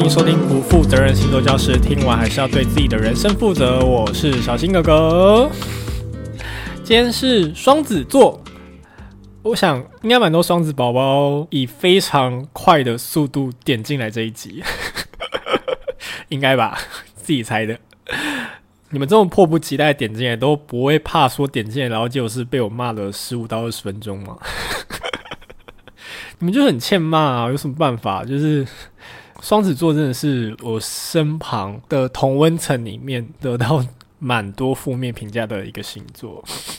迎收听不负责任星座教室，听完还是要对自己的人生负责。我是小新哥哥，今天是双子座，我想应该蛮多双子宝宝以非常快的速度点进来这一集，应该吧，自己猜的。你们这种迫不及待点进来，都不会怕说点进来，然后结果是被我骂了15到20分钟吗？你们就很欠骂啊，有什么办法？就是双子座真的是我身旁的同温层里面得到蛮多负面评价的一个星座。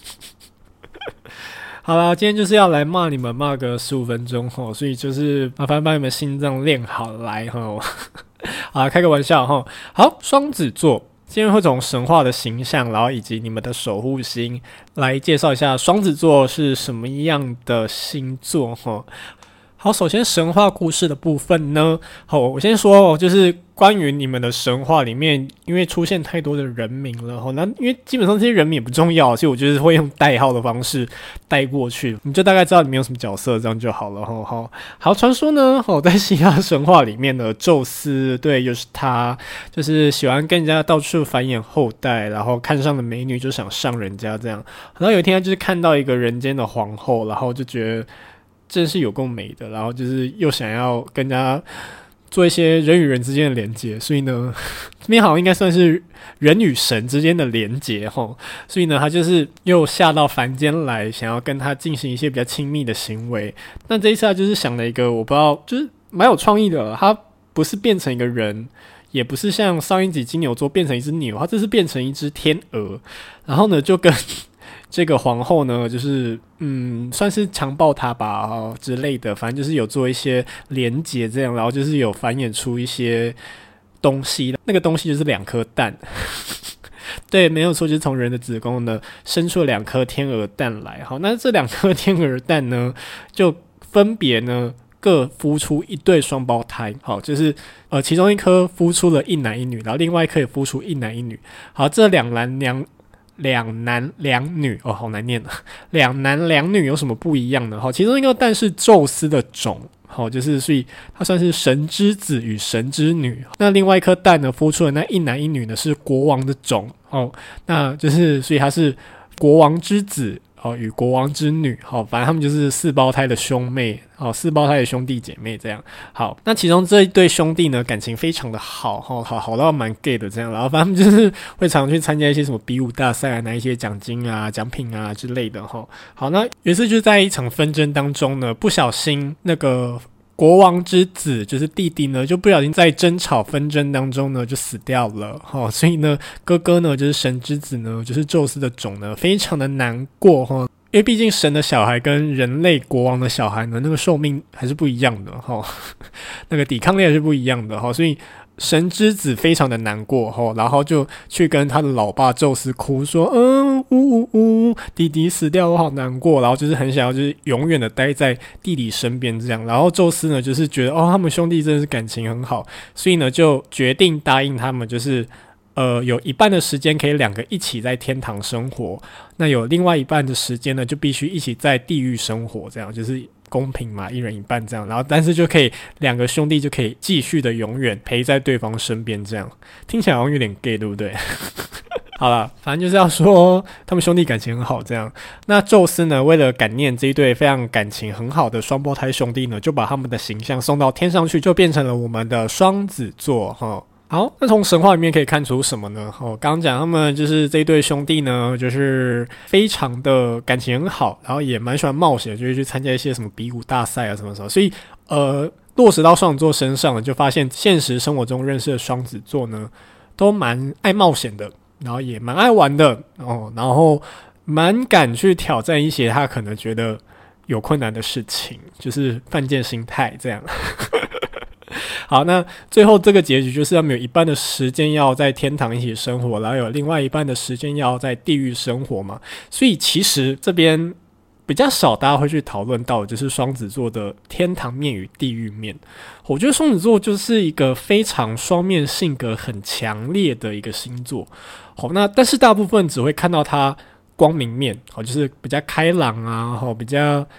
好啦，今天就是要来骂你们，骂个15分钟齁，所以就是麻烦把你们心脏练好来齁。好，开个玩笑齁。好，双子座。今天会从神话的形象，然后以及你们的守护星来介绍一下双子座是什么样的星座齁。好，首先神话故事的部分呢，好，我先说就是关于你们的神话里面，因为出现太多的人名了，那因为基本上这些人名也不重要，所以我就是会用代号的方式带过去，你就大概知道里面有什么角色，这样就好了。好，传说呢，在希腊神话里面的宙斯，对，就是他，就是喜欢跟人家到处繁衍后代，然后看上的美女就想上人家这样，然后有一天他就是看到一个人间的皇后，然后就觉得真是有够美的，然后就是又想要跟人家做一些人与人之间的连结，所以呢，这边好像应该算是人与神之间的连结齁，所以呢，他就是又下到凡间来，想要跟他进行一些比较亲密的行为。那这一次他就是想了一个我不知道，就是蛮有创意的，他不是变成一个人，也不是像上一集金牛座变成一只牛，他这是变成一只天鹅，然后呢就跟这个皇后呢，就是算是强暴她吧，之类的，反正就是有做一些连结这样，然后就是有繁衍出一些东西，那个东西就是2颗蛋，对，没有错，就是从人的子宫呢生出了2颗天鹅蛋来。好，那这2颗天鹅蛋呢，就分别呢各孵出一对双胞胎。好，就是其中一颗孵出了1男1女，然后另外一颗也孵出1男1女。好，这两男两女哦，好难念啊！两男两女有什么不一样呢？好，其中一个蛋是宙斯的种，好，就是所以它算是神之子与神之女。那另外一颗蛋呢，孵出的那1男1女呢是国王的种，哦，那就是所以它是国王之子。与国王之女，反正他们就是4胞胎的兄妹，4胞胎的兄弟姐妹这样。好，那其中这一对兄弟呢，感情非常的好，好到蛮 gay 的这样。然后反正他们就是会常去参加一些什么比武大赛啊，拿一些奖金啊、奖品啊之类的。好，那有一次就在一场纷争当中呢，不小心那个国王之子就是弟弟呢，就不小心在争吵纷争当中呢就死掉了，所以呢哥哥呢就是神之子呢，就是宙斯的种呢，非常的难过，因为毕竟神的小孩跟人类国王的小孩呢，那个寿命还是不一样的，那个抵抗力还是不一样的，所以神之子非常的难过，然后就去跟他的老爸宙斯哭说，弟弟死掉，我好难过，然后就是很想要就是永远的待在弟弟身边这样。然后宙斯呢就是觉得他们兄弟真的是感情很好，所以呢就决定答应他们，就是有一半的时间可以2个一起在天堂生活，那有另外一半的时间呢就必须一起在地狱生活，这样就是公平嘛，一人一半这样，然后但是就可以2个兄弟就可以继续的永远陪在对方身边，这样听起来好像有点 gay 对不对？好啦，反正就是要说他们兄弟感情很好这样。那宙斯呢，为了感念这一对非常感情很好的双胞胎兄弟呢，就把他们的形象送到天上去，就变成了我们的双子座好，那从神话里面可以看出什么呢？刚刚讲他们就是这一对兄弟呢，就是非常的感情很好，然后也蛮喜欢冒险，就会去参加一些什么比武大赛啊什么，所以落实到双子座身上，就发现现实生活中认识的双子座呢，都蛮爱冒险的，然后也蛮爱玩的然后蛮敢去挑战一些他可能觉得有困难的事情，就是犯贱心态这样。好，那最后这个结局就是他们有一半的时间要在天堂一起生活，然后有另外一半的时间要在地狱生活嘛，所以其实这边比较少大家会去讨论到的就是双子座的天堂面与地狱面。我觉得双子座就是一个非常双面性格很强烈的一个星座。好，那但是大部分只会看到它光明面，就是比较开朗啊，比较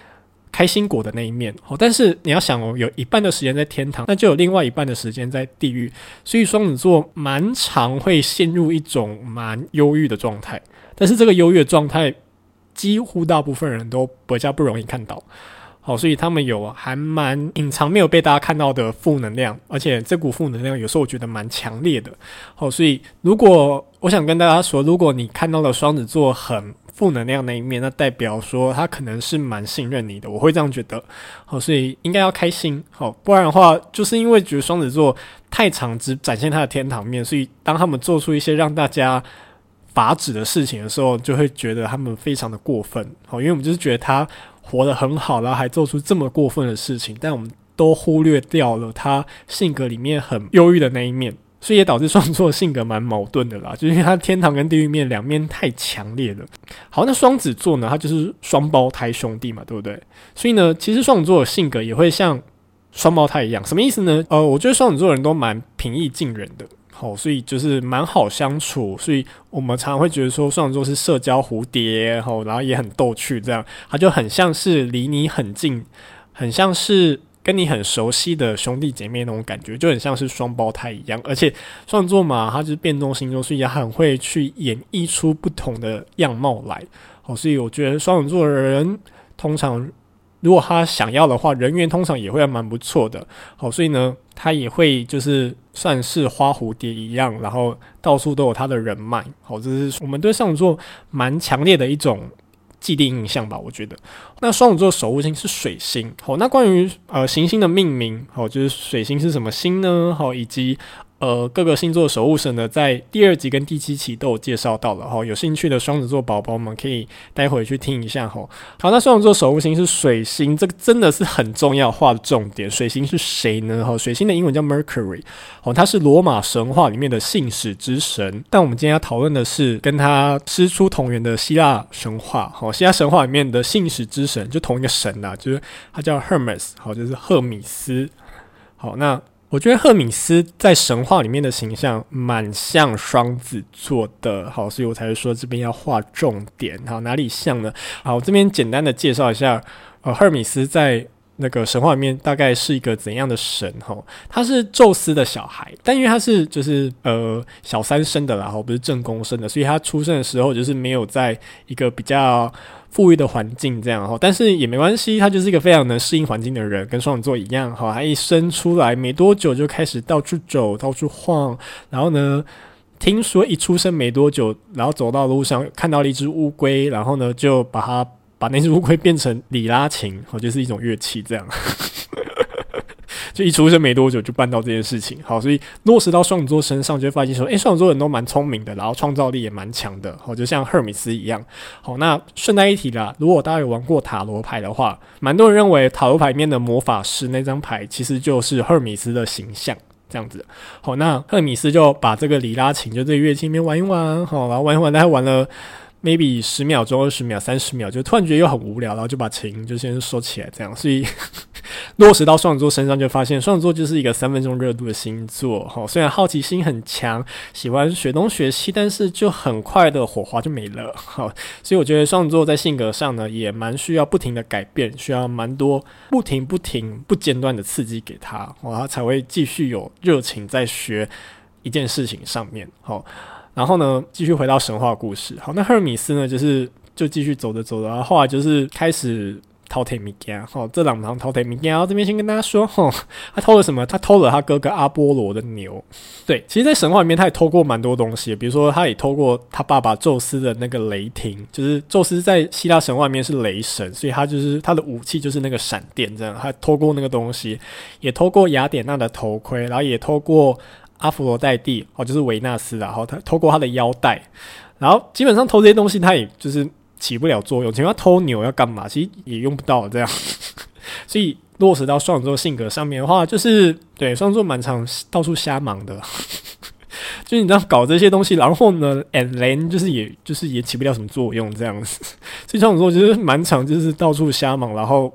开心果的那一面，但是你要想有一半的时间在天堂，那就有另外一半的时间在地狱，所以双子座蛮常会陷入一种蛮忧郁的状态，但是这个忧郁的状态几乎大部分人都比较不容易看到，所以他们有还蛮隐藏没有被大家看到的负能量，而且这股负能量有时候我觉得蛮强烈的，所以如果我想跟大家说，如果你看到了双子座很负能量那一面，那代表说他可能是蛮信任你的，我会这样觉得，所以应该要开心，不然的话就是因为觉得双子座太常只展现他的天堂面，所以当他们做出一些让大家发指的事情的时候，就会觉得他们非常的过分，因为我们就是觉得他活得很好，然后还做出这么过分的事情，但我们都忽略掉了他性格里面很忧郁的那一面，所以也导致双子座的性格蛮矛盾的啦，就是因为他天堂跟地狱面两面太强烈了。好，那双子座呢，他就是双胞胎兄弟嘛，对不对？所以呢，其实双子座的性格也会像双胞胎一样，什么意思呢？我觉得双子座人都蛮平易近人的，所以就是蛮好相处，所以我们常常会觉得说双子座是社交蝴蝶，然后也很逗趣，这样他就很像是离你很近，很像是跟你很熟悉的兄弟姐妹那种感觉，就很像是双胞胎一样。而且双子座嘛，他就是变动星座，所以也很会去演绎出不同的样貌来，所以我觉得双子座的人通常如果他想要的话，人缘通常也会蛮不错的，所以呢他也会就是算是花蝴蝶一样，然后到处都有他的人脉，这是我们对双子座蛮强烈的一种既定印象吧，我觉得。那双子座守护星是水星，那关于行星的命名，就是水星是什么星呢？以及各个星座的守护神呢，在第2集跟第7期都有介绍到了，有兴趣的双子座宝宝们可以待会去听一下。好，那双子座守护星是水星，这个真的是很重要化的重点。水星是谁呢？水星的英文叫 Mercury， 它是罗马神话里面的信使之神，但我们今天要讨论的是跟他师出同源的希腊神话。希腊神话里面的信使之神就同一个神啦，就是他叫 Hermes， 就是赫米斯。好，那我觉得赫米斯在神话里面的形象蛮像双子座的，好，所以我才会说这边要画重点。好，哪里像呢？好，我这边简单的介绍一下，赫米斯在那个神话里面大概是一个怎样的神？他是宙斯的小孩，但因为他是就是小三生的啦，不是正宫生的，所以他出生的时候就是没有在一个比较富裕的环境这样，但是也没关系，他就是一个非常能适应环境的人，跟双子座一样，他一生出来没多久就开始到处走到处晃，然后呢听说一出生没多久，然后走到路上看到了一只乌龟，然后呢就把那只乌龟变成里拉琴，就是一种乐器这样就一出生没多久就办到这件事情。好，所以落实到双子座身上就会发现说双子座人都蛮聪明的，然后创造力也蛮强的，就像赫米斯一样。好，那顺带一提啦，如果大家有玩过塔罗牌的话，蛮多人认为塔罗牌里面的魔法师那张牌其实就是赫米斯的形象这样子。好，那赫米斯就把这个里拉琴就这个乐器里面玩一玩，好，然后玩一玩，大概玩了maybe 10秒钟、20秒、30秒，就突然觉得又很无聊，然后就把琴就先收起来这样。所以落实到双子座身上就发现双子座就是一个3分钟热度的星座，虽然好奇心很强，喜欢学东学西，但是就很快的火花就没了。所以我觉得双子座在性格上呢也蛮需要不停的改变，需要蛮多不停不间断的刺激给他，他才会继续有热情在学一件事情上面。然后呢继续回到神话故事。好，那赫米斯呢就继续走着，然后后来就是开始偷摕物件，这两堂偷摕物件，然后这边先跟大家说，他偷了什么？他偷了他哥哥阿波罗的牛。对，其实在神话里面他也偷过蛮多东西，比如说他也偷过他爸爸宙斯的那个雷霆，就是宙斯在希腊神话里面是雷神，所以他就是他的武器就是那个闪电这样，他偷过那个东西，也偷过雅典娜的头盔，然后也偷过阿佛罗代蒂，就是维纳斯，然后他偷过他的腰带，然后基本上偷这些东西他也就是起不了作用，请问他偷牛要干嘛？其实也用不到这样所以落实到双子座性格上面的话，就是对双子座蛮常到处瞎忙的就是你知道搞这些东西，然后呢 and then 就是也起不了什么作用这样子所以双子座就是蛮常就是到处瞎忙，然后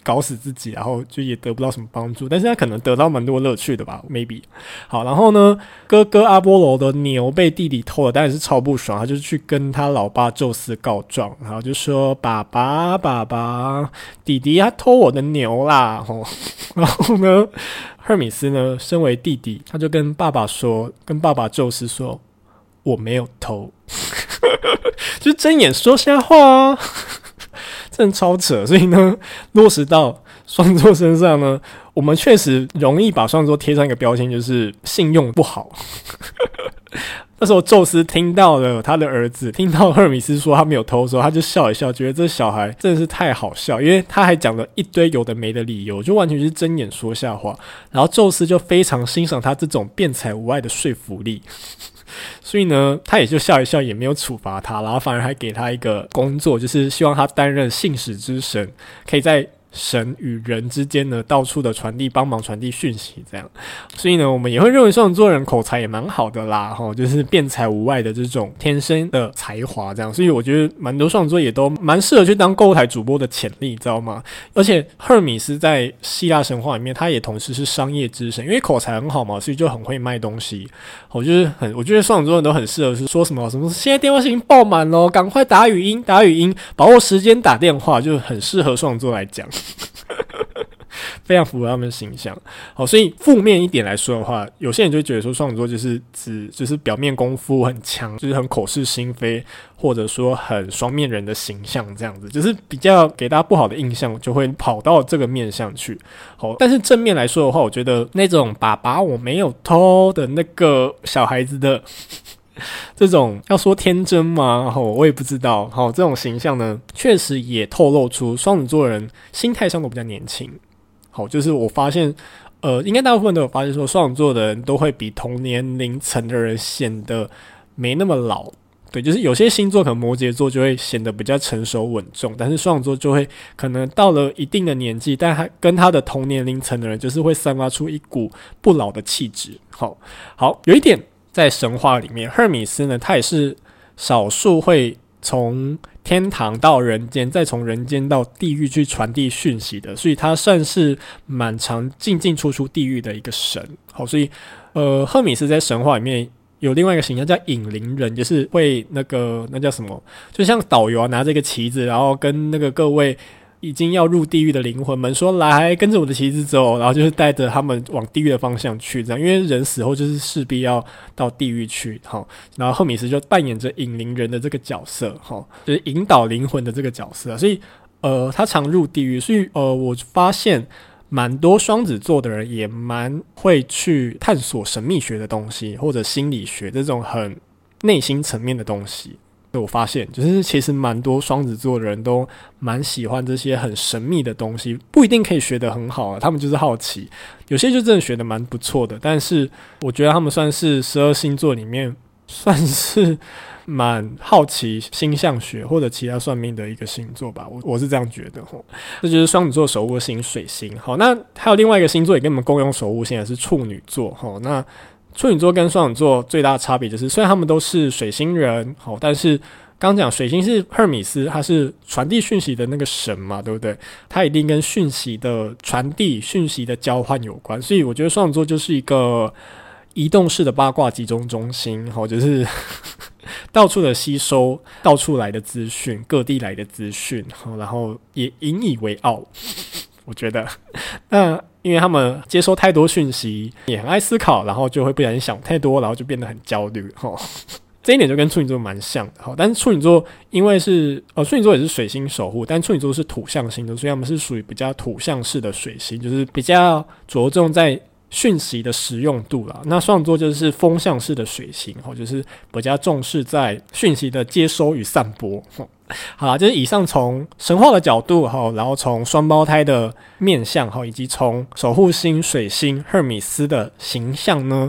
搞死自己，然后就也得不到什么帮助，但是他可能得到蛮多乐趣的吧 maybe。 好，然后呢，哥哥阿波罗的牛被弟弟偷了，当然是超不爽，他就去跟他老爸宙斯告状，然后就说爸爸，弟弟他偷我的牛啦。然后呢，赫米斯呢身为弟弟，他就跟爸爸宙斯说我没有偷。就是睁眼说瞎话啊，真的超扯。所以呢，落实到双子座身上呢，我们确实容易把双子座贴上一个标签，就是信用不好。那时候宙斯听到了他的儿子听到赫尔米斯说他没有偷的时候，他就笑一笑，觉得这小孩真的是太好笑，因为他还讲了一堆有的没的理由，就完全是睁眼说瞎话。然后宙斯就非常欣赏他这种辩才无碍的说服力。所以呢，他也就笑一笑，也没有处罚他，然后反而还给他一个工作，就是希望他担任信使之神，可以在神与人之间呢到处的帮忙传递讯息这样。所以呢，我们也会认为双子座人口才也蛮好的啦，就是辩才无碍的这种天生的才华这样。所以我觉得蛮多双子座也都蛮适合去当购物台主播的潜力，知道吗？而且赫尔米斯在希腊神话里面，他也同时是商业之神，因为口才很好嘛，所以就很会卖东西。我觉得双子座人都很适合是说什么现在电话线已经爆满咯，赶快打语音，把握时间打电话，就很适合双子座来讲。非常符合他们的形象。好，所以负面一点来说的话，有些人就会觉得说双子座就是表面功夫很强，就是很口是心非，或者说很双面人的形象这样子，就是比较给大家不好的印象，就会跑到这个面向去。好，但是正面来说的话，我觉得那种爸爸我没有偷的那个小孩子的这种要说天真吗？我也不知道。好，这种形象呢，确实也透露出双子座人心态上都比较年轻。好，就是我发现，应该大部分都有发现说，双子座的人都会比同年龄层的人显得没那么老。对，就是有些星座可能摩羯座就会显得比较成熟稳重，但是双子座就会可能到了一定的年纪，但他跟他的同年龄层的人就是会散发出一股不老的气质。好，有一点在神话里面，赫尔米斯呢，他也是少数会从天堂到人间，再从人间到地狱去传递讯息的，所以他算是蛮常进出地狱的一个神。好，所以赫米斯在神话里面有另外一个形象叫引灵人，就是会那叫什么，就像导游拿着一个旗子，然后跟那个各位已经要入地狱的灵魂们说，来跟着我的旗子走，然后就是带着他们往地狱的方向去，这样，因为人死后就是势必要到地狱去。好，然后赫米斯就扮演着引灵人的这个角色，就是引导灵魂的这个角色，所以他常入地狱。所以我发现蛮多双子座的人也蛮会去探索神秘学的东西，或者心理学这种很内心层面的东西。我发现就是其实蛮多双子座的人都蛮喜欢这些很神秘的东西，不一定可以学得很好啊，他们就是好奇，有些就真的学得蛮不错的，但是我觉得他们算是12星座里面算是蛮好奇星象学或者其他算命的一个星座吧，我是这样觉得。这就是双子座守护星水星。好，那还有另外一个星座也跟我们共用守护星，也是处女座。那处女座跟双子座最大的差别就是，虽然他们都是水星人，但是刚讲水星是赫尔米斯，他是传递讯息的那个神嘛，对不对？他一定跟讯息的传递、讯息的交换有关，所以我觉得双子座就是一个移动式的八卦集中中心，就是到处的吸收到处来的资讯，各地来的资讯，然后也引以为傲。我觉得那因为他们接收太多讯息，也很爱思考，然后就会不小心想太多，然后就变得很焦虑。这一点就跟处女座蛮像的。但是处女座因为是处女座也是水星守护，但处女座是土象星的，所以他们是属于比较土象式的水星，就是比较着重在讯息的实用度啦。那双子座就是风象式的水星，就是比较重视在讯息的接收与散播。好啦，就是以上从神话的角度，然后从双胞胎的面向，以及从守护星水星赫米斯的形象呢，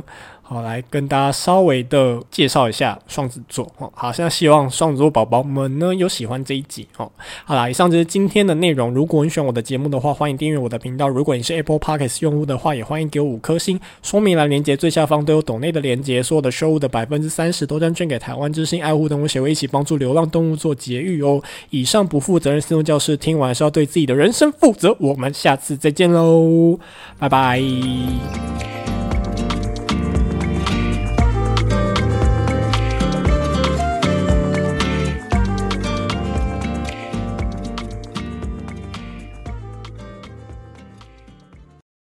好，来跟大家稍微的介绍一下双子座哦。好，现在希望双子座宝宝们呢有喜欢这一集哦。好啦，以上就是今天的内容。如果你喜欢我的节目的话，欢迎订阅我的频道。如果你是 Apple Podcast 用户的话，也欢迎给我5颗星。说明栏连结最下方都有抖内的连结，所有的收入的30%都将捐给台湾之心爱护动物协会，一起帮助流浪动物做节育哦。以上不负责任私用教室，听完是要对自己的人生负责。我们下次再见喽，拜拜。